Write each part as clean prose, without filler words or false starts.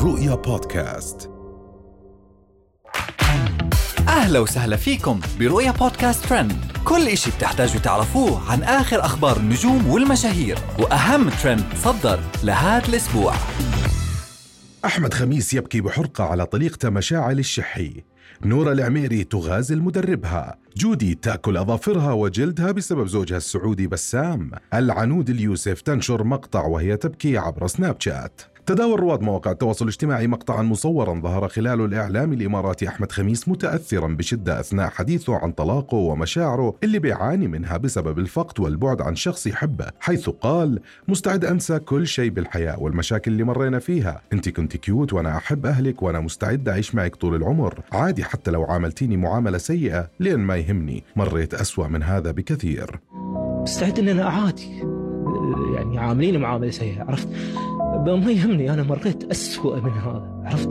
رؤيا بودكاست. أهلا وسهلا فيكم برؤيا بودكاست ترند، كل إشي بتحتاجوا تعرفوه عن آخر أخبار النجوم والمشاهير وأهم ترند صدر لهذا الأسبوع. أحمد خميس يبكي بحرقة على طليقته مشاعل الشحي. نورة العميري تغازل مدربها. جودي تأكل أظافرها وجلدها بسبب زوجها السعودي بسام. العنود اليوسف تنشر مقطع وهي تبكي عبر سناب شات. تداول رواد مواقع التواصل الاجتماعي مقطعا مصورا ظهر خلاله الإعلامي الإماراتي أحمد خميس متأثرا بشدة أثناء حديثه عن طلاقه ومشاعره اللي بيعاني منها بسبب الفقد والبعد عن شخص يحبه، حيث قال: مستعد أنسى كل شيء بالحياة والمشاكل اللي مرينا فيها. أنت كنت كيوت وأنا أحب أهلك وأنا مستعد أعيش معك طول العمر، عادي حتى لو عاملتيني معاملة سيئة لأن ما يهمني، مريت أسوأ من هذا بكثير. مستعد أن أنا عادي، يعني عاملين معاملة سيئة، عرفت؟ ما يهمني، أنا مريت أسوأ من هذا، عرفت؟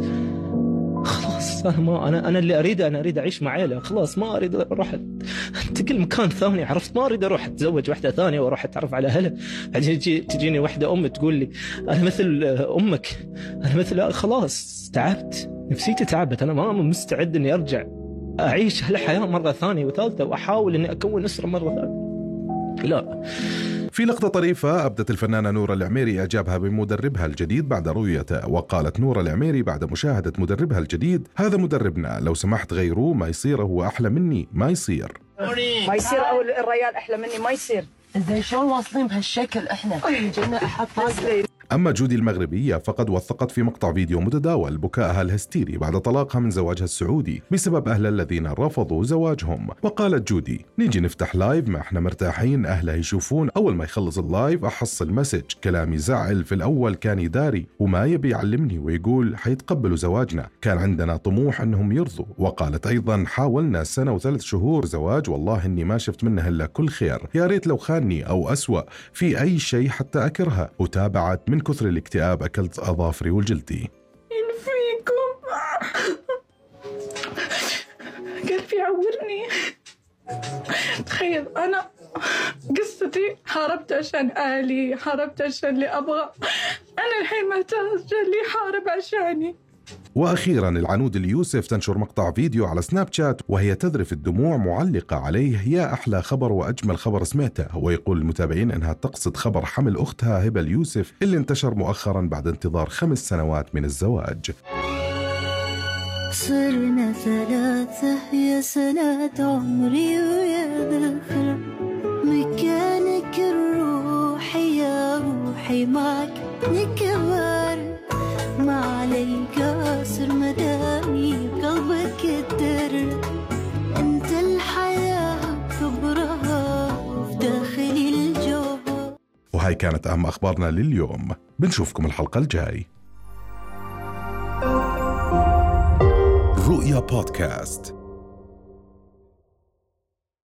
خلاص أنا اللي أريد أعيش مع عائلة، خلاص ما أريد أروح أنتقل مكان ثاني، عرفت؟ ما أريد أروح أتزوج واحدة ثانية وأروح أتعرف على أهلها، تجيني واحدة أم تقول لي أنا مثل أمك، أنا مثل، خلاص تعبت، نفسيتي تعبت، أنا ما مستعد إني أرجع أعيش هالحياة مرة ثانية وثالثة وأحاول إني أكون أسرة مرة ثانية، لا. في لقطة طريفة أبدت الفنانة نورة العميري إعجابها بمدربها الجديد بعد رؤيته، وقالت نورة العميري بعد مشاهدة مدربها الجديد: هذا مدربنا، لو سمحت غيروه، ما يصير، هو أحلى مني، ما يصير أو الريال أحلى مني، ما يصير. إزاي شلون واصلين بهالشكل إحنا؟ جبنا أحد طاقة. أما جودي المغربية فقد وثقت في مقطع فيديو متداول بكائها الهستيري بعد طلاقها من زواجها السعودي بسبب أهلها الذين رفضوا زواجهم. وقالت جودي: نيجي نفتح لايف ما احنا مرتاحين، أهلها يشوفون، أول ما يخلص اللايف أحصل مسج، كلامي زعل، في الأول كان يداري وما يبي يعلمني ويقول حيتقبلوا زواجنا، كان عندنا طموح أنهم يرضوا. وقالت أيضا: حاولنا 1 و3 شهور زواج، والله إني ما شفت منه إلا كل خير، يا ريت لو خانني أو أسوأ في أي شيء حتى أكرهه. وتابعت: من كثر الاكتئاب أكلت أظافري وجلدي. فيكم قلبي يعورني. تخيل أنا قصتي حاربت عشان أهلي، حاربت عشان اللي أبغى، أنا الحين محتاجة اللي يحارب عشاني. وأخيرا العنود اليوسف تنشر مقطع فيديو على سناب شات وهي تذرف الدموع معلقة عليه: يا أحلى خبر وأجمل خبر سمعته. ويقول المتابعين أنها تقصد خبر حمل أختها هبة اليوسف اللي انتشر مؤخرا بعد انتظار 5 سنوات من الزواج. صرنا 3 يا سنة عمري ويا ذخرة، مكانك الروحي يا روحي معك نكبر، ما عليك قاصر مدامي بقلبك الدر، انت الحياة كبرها وفي داخلي الجوهر. وهاي كانت أهم أخبارنا لليوم، بنشوفكم الحلقة الجاي. رؤيا بودكاست.